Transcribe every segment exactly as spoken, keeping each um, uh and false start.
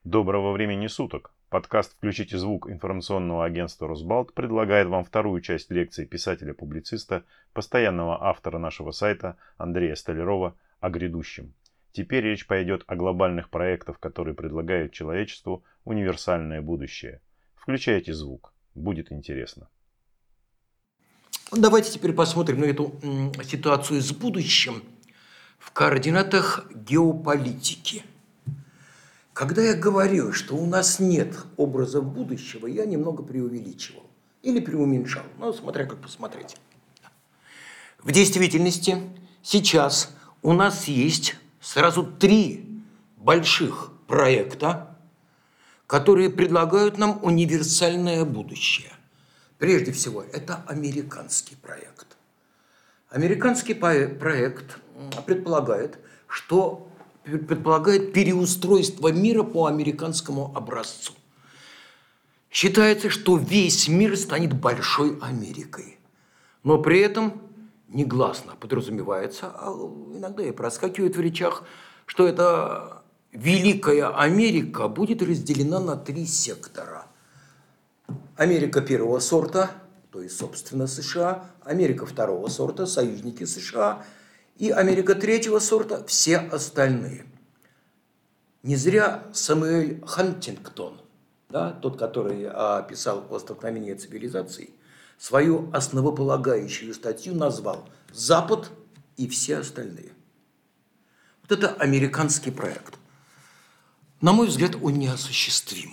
Доброго времени суток! Подкаст «Включите звук» информационного агентства «Росбалт» предлагает вам вторую часть лекции писателя-публициста, постоянного автора нашего сайта Андрея Столярова о грядущем. Теперь речь пойдет о глобальных проектах, которые предлагают человечеству универсальное будущее. Включайте звук, будет интересно. Давайте теперь посмотрим на эту м, ситуацию с будущим в координатах геополитики. Когда я говорю, что у нас нет образа будущего, я немного преувеличивал или преуменьшал, ну, смотря как посмотреть. В действительности сейчас у нас есть сразу три больших проекта, которые предлагают нам универсальное будущее. Прежде всего, это американский проект. Американский проект предполагает, что предполагает переустройство мира по американскому образцу. Считается, что весь мир станет большой Америкой. Но при этом негласно подразумевается, а иногда и проскакивает в речах, что эта Великая Америка будет разделена на три сектора. Америка первого сорта, то есть, собственно, США, Америка второго сорта, союзники США, и Америка третьего сорта, все остальные. Не зря Самуэль Хантингтон, да, тот, который описал «Столкновение цивилизаций», свою основополагающую статью назвал «Запад и все остальные». Вот это американский проект. На мой взгляд, он неосуществим.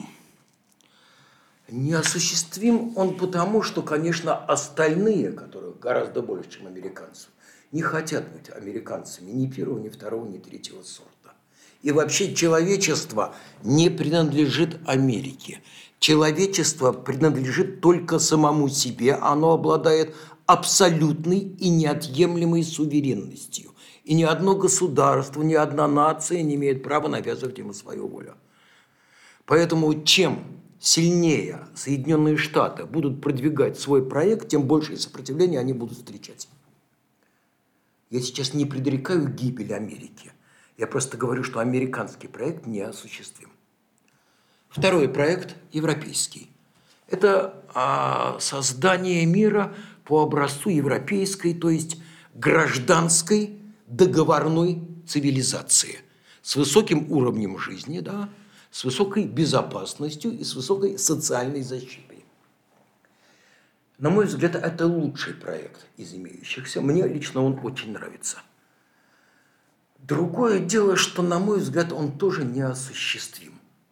Неосуществим он потому, что, конечно, остальные, которых гораздо больше, чем американцев, не хотят быть американцами ни первого, ни второго, ни третьего сорта. И вообще человечество не принадлежит Америке. Человечество принадлежит только самому себе. Оно обладает абсолютной и неотъемлемой суверенностью. И ни одно государство, ни одна нация не имеет права навязывать ему свою волю. Поэтому чем сильнее Соединенные Штаты будут продвигать свой проект, тем большее сопротивление они будут встречать. Я сейчас не предрекаю гибель Америки. Я просто говорю, что американский проект неосуществим. Второй проект – европейский. Это а, создание мира по образцу европейской, то есть гражданской договорной цивилизации с высоким уровнем жизни, да, с высокой безопасностью и с высокой социальной защитой. На мой взгляд, это лучший проект из имеющихся. Мне лично он очень нравится. Другое дело, что, на мой взгляд, он тоже неосуществим.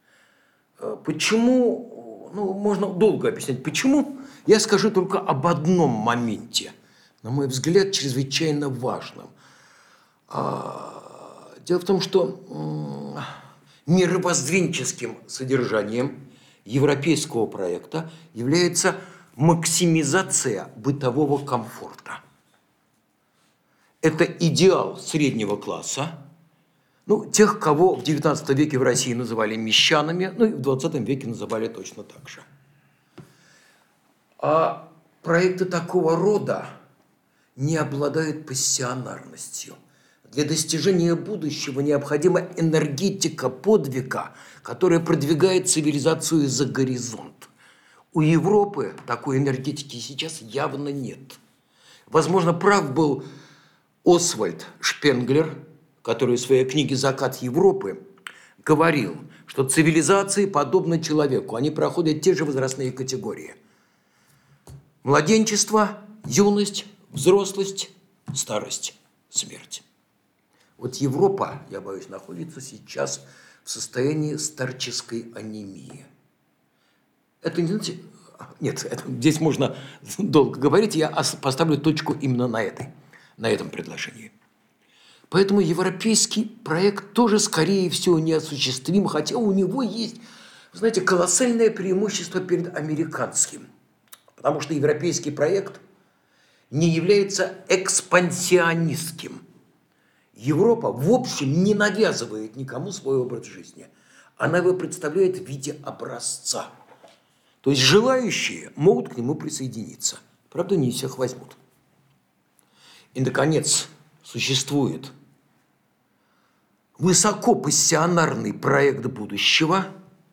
Почему? Ну, можно долго объяснять, почему. Я скажу только об одном моменте, на мой взгляд, чрезвычайно важном. Дело в том, что мировоззренческим содержанием европейского проекта является максимизация бытового комфорта. Это идеал среднего класса, ну, тех, кого в девятнадцатом веке в России называли мещанами, ну и в двадцатом веке называли точно так же. А проекты такого рода не обладают пассионарностью. Для достижения будущего необходима энергетика подвига, которая продвигает цивилизацию за горизонт. У Европы такой энергетики сейчас явно нет. Возможно, прав был Освальд Шпенглер, который в своей книге «Закат Европы» говорил, что цивилизации подобны человеку, они проходят те же возрастные категории. Младенчество, юность, взрослость, старость, смерть. Вот Европа, я боюсь, находится сейчас в состоянии старческой анемии. Это, знаете, нет, это, здесь можно долго говорить, я поставлю точку именно на, этой, на этом предложении. Поэтому европейский проект тоже, скорее всего, неосуществим, хотя у него есть, знаете, колоссальное преимущество перед американским. Потому что европейский проект не является экспансионистским. Европа, в общем, не навязывает никому свой образ жизни. Она его представляет в виде образца. То есть желающие могут к нему присоединиться. Правда, не всех возьмут. И, наконец, существует высокопассионарный проект будущего,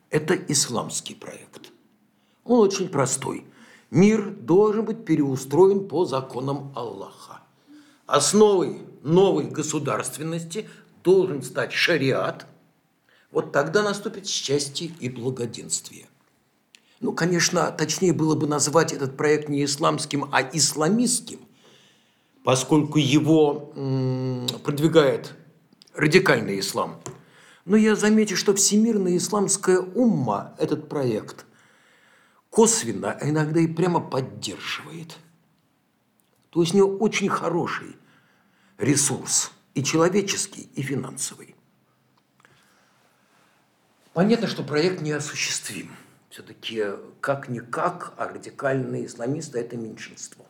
Это исламский проект. Он очень простой. Мир должен быть переустроен по законам Аллаха. Основой новой государственности должен стать шариат. Вот тогда наступит счастье и благоденствие. Ну, конечно, точнее было бы назвать этот проект не исламским, а исламистским, поскольку его м, продвигает радикальный ислам. Но я заметил, что всемирная исламская умма этот проект косвенно, а иногда и прямо поддерживает. То есть у него очень хороший ресурс, и человеческий, и финансовый. Понятно, что проект неосуществим. Все-таки как-никак, а радикальные исламисты – это меньшинство.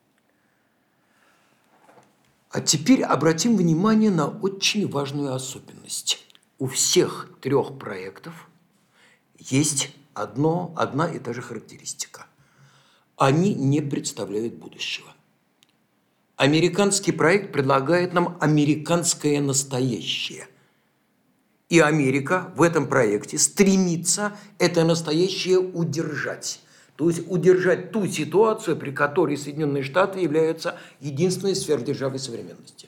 А теперь обратим внимание на очень важную особенность. У всех трех проектов есть одно, одна и та же характеристика. Они не представляют будущего. Американский проект предлагает нам американское настоящее. И Америка в этом проекте стремится это настоящее удержать. То есть удержать ту ситуацию, при которой Соединенные Штаты являются единственной сверхдержавой современности.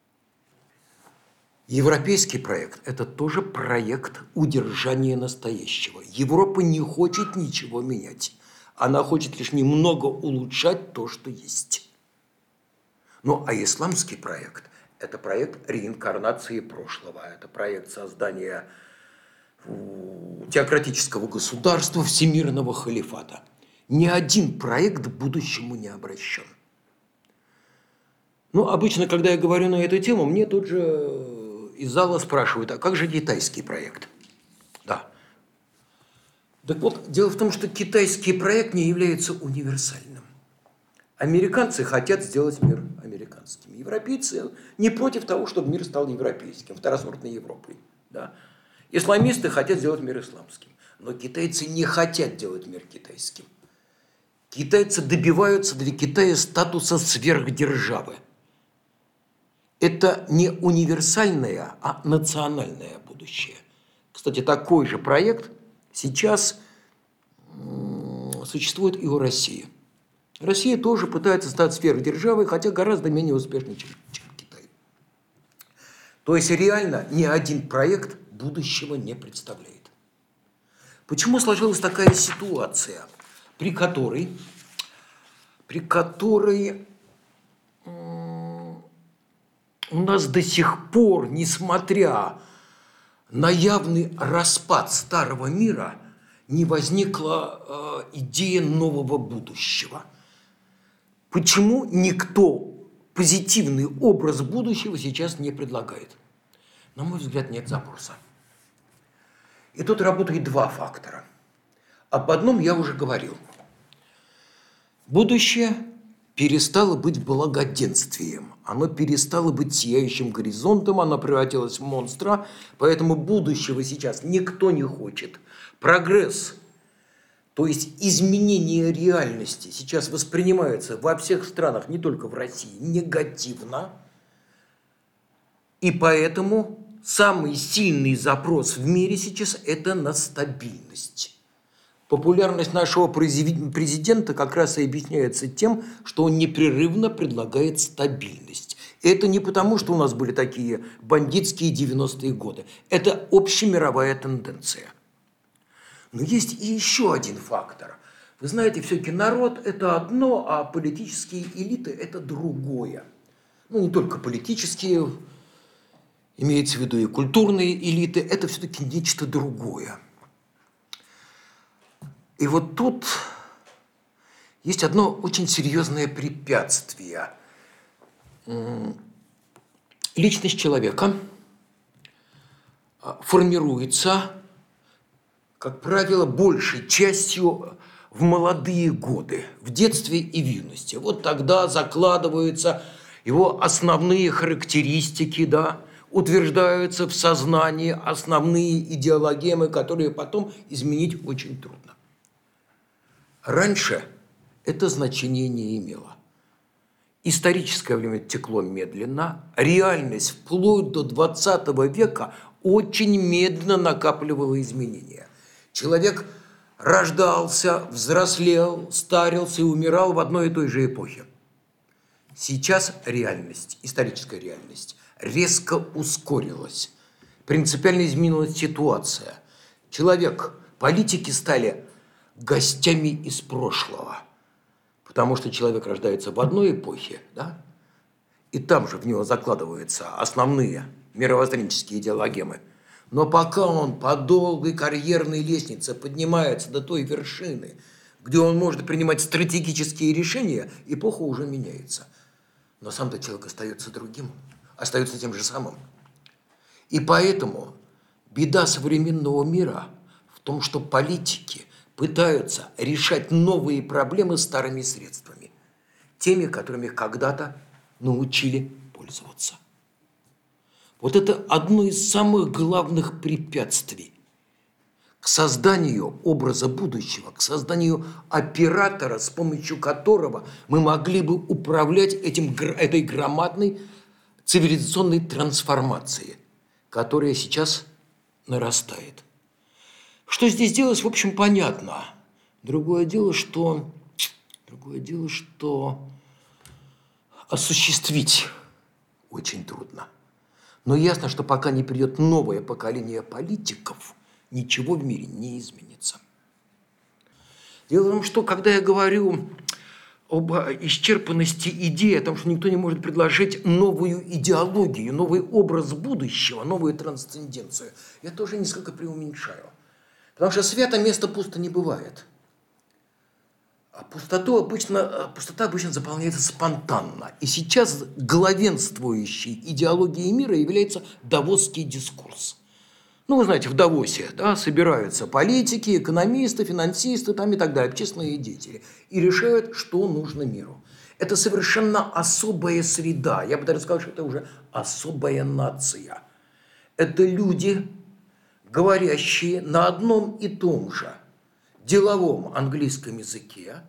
Европейский проект – это тоже проект удержания настоящего. Европа не хочет ничего менять. Она хочет лишь немного улучшать то, что есть. Ну, а исламский проект – это проект реинкарнации прошлого. Это проект создания теократического государства, всемирного халифата. Ни один проект к будущему не обращен. Ну, обычно, когда я говорю на эту тему, мне тут же из зала спрашивают, а как же китайский проект? Да. Так вот, дело в том, что китайский проект не является универсальным. Американцы хотят сделать мир американским. Европейцы не против того, чтобы мир стал европейским, второсортной Европой. Да? Исламисты хотят сделать мир исламским. Но китайцы не хотят делать мир китайским. Китайцы добиваются для Китая статуса сверхдержавы. Это не универсальное, а национальное будущее. Кстати, такой же проект сейчас существует и у России. Россия тоже пытается стать сверхдержавой, хотя гораздо менее успешной, чем, чем Китай. То есть реально ни один проект будущего не представляет. Почему сложилась такая ситуация, при которой, при которой м- у нас до сих пор, несмотря на явный распад старого мира, не возникла э, идея нового будущего? Почему никто позитивный образ будущего сейчас не предлагает? На мой взгляд, нет запроса. И тут работают два фактора. Об одном я уже говорил. Будущее перестало быть благоденствием. Оно перестало быть сияющим горизонтом, оно превратилось в монстра, поэтому будущего сейчас никто не хочет. Прогресс, то есть изменение реальности, сейчас воспринимается во всех странах, не только в России, негативно. И поэтому самый сильный запрос в мире сейчас – это на стабильность. Популярность нашего президента как раз и объясняется тем, что он непрерывно предлагает стабильность. И это не потому, что у нас были такие бандитские девяностые годы. Это общемировая тенденция. Но есть и еще один фактор. Вы знаете, все-таки народ – это одно, а политические элиты – это другое. Ну, не только политические, имеется в виду и культурные элиты, это все-таки нечто другое. И вот тут есть одно очень серьезное препятствие. Личность человека формируется, как правило, большей частью в молодые годы, в детстве и в юности. Вот тогда закладываются его основные характеристики, да, утверждаются в сознании основные идеологемы, которые потом изменить очень трудно. Раньше это значение не имело. Историческое время текло медленно, реальность вплоть до двадцатого века очень медленно накапливала изменения. Человек рождался, взрослел, старился и умирал в одной и той же эпохе. Сейчас реальность, историческая реальность, резко ускорилась, принципиально изменилась ситуация. Человек, политики стали гостями из прошлого, потому что человек рождается в одной эпохе, да, и там же в него закладываются основные мировоззренческие идеологемы. Но пока он по долгой карьерной лестнице поднимается до той вершины, где он может принимать стратегические решения, эпоха уже меняется. Но сам-то человек остается другим, остается тем же самым. И поэтому беда современного мира в том, что политики пытаются решать новые проблемы старыми средствами, теми, которыми когда-то научили пользоваться. Вот это одно из самых главных препятствий к созданию образа будущего, к созданию оператора, с помощью которого мы могли бы управлять этим, этой громадной цивилизационной трансформацией, которая сейчас нарастает. Что здесь делать, в общем, понятно. Другое дело, что, другое дело, что осуществить очень трудно. Но ясно, что пока не придет новое поколение политиков, ничего в мире не изменится. Дело в том, что когда я говорю об исчерпанности идеи, о том, что никто не может предложить новую идеологию, новый образ будущего, новую трансценденцию, я тоже несколько преуменьшаю. Потому что свято место пусто не бывает. А пустоту обычно, пустота обычно заполняется спонтанно. И сейчас главенствующей идеологией мира является давосский дискурс. Ну, вы знаете, в Давосе, да, собираются политики, экономисты, финансисты там, и так далее, общественные деятели, и решают, что нужно миру. Это совершенно особая среда. Я бы даже сказал, что это уже особая нация. Это люди, говорящие на одном и том же деловом английском языке,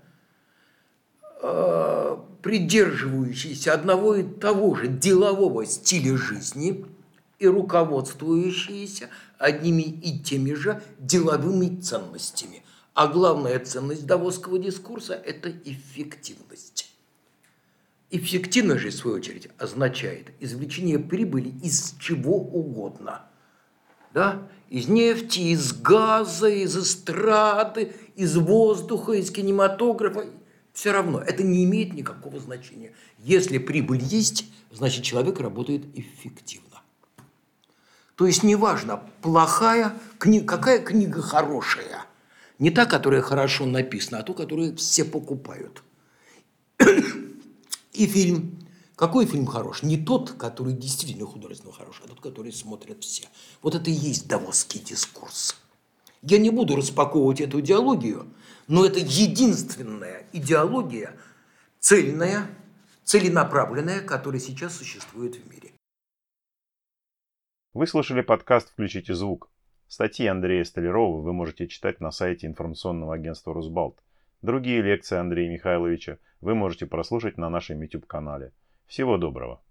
придерживающиеся одного и того же делового стиля жизни и руководствующиеся одними и теми же деловыми ценностями. А главная ценность давосского дискурса – это эффективность. Эффективность же, в свою очередь, означает извлечение прибыли из чего угодно. Да? Из нефти, из газа, из эстрады, из воздуха, из кинематографа. Все равно это не имеет никакого значения. Если прибыль есть, значит, человек работает эффективно. То есть неважно, плохая книга, какая книга хорошая. Не та, которая хорошо написана, а ту, которую все покупают. И фильм. Какой фильм хорош? Не тот, который действительно художественно хорош, а тот, который смотрят все. Вот это и есть давосский дискурс. Я не буду распаковывать эту идеологию, но это единственная идеология, цельная, целенаправленная, которая сейчас существует в мире. Вы слушали подкаст «Включите звук». Статьи Андрея Столярова вы можете читать на сайте информационного агентства «Росбалт». Другие лекции Андрея Михайловича вы можете прослушать на нашем YouTube-канале. Всего доброго!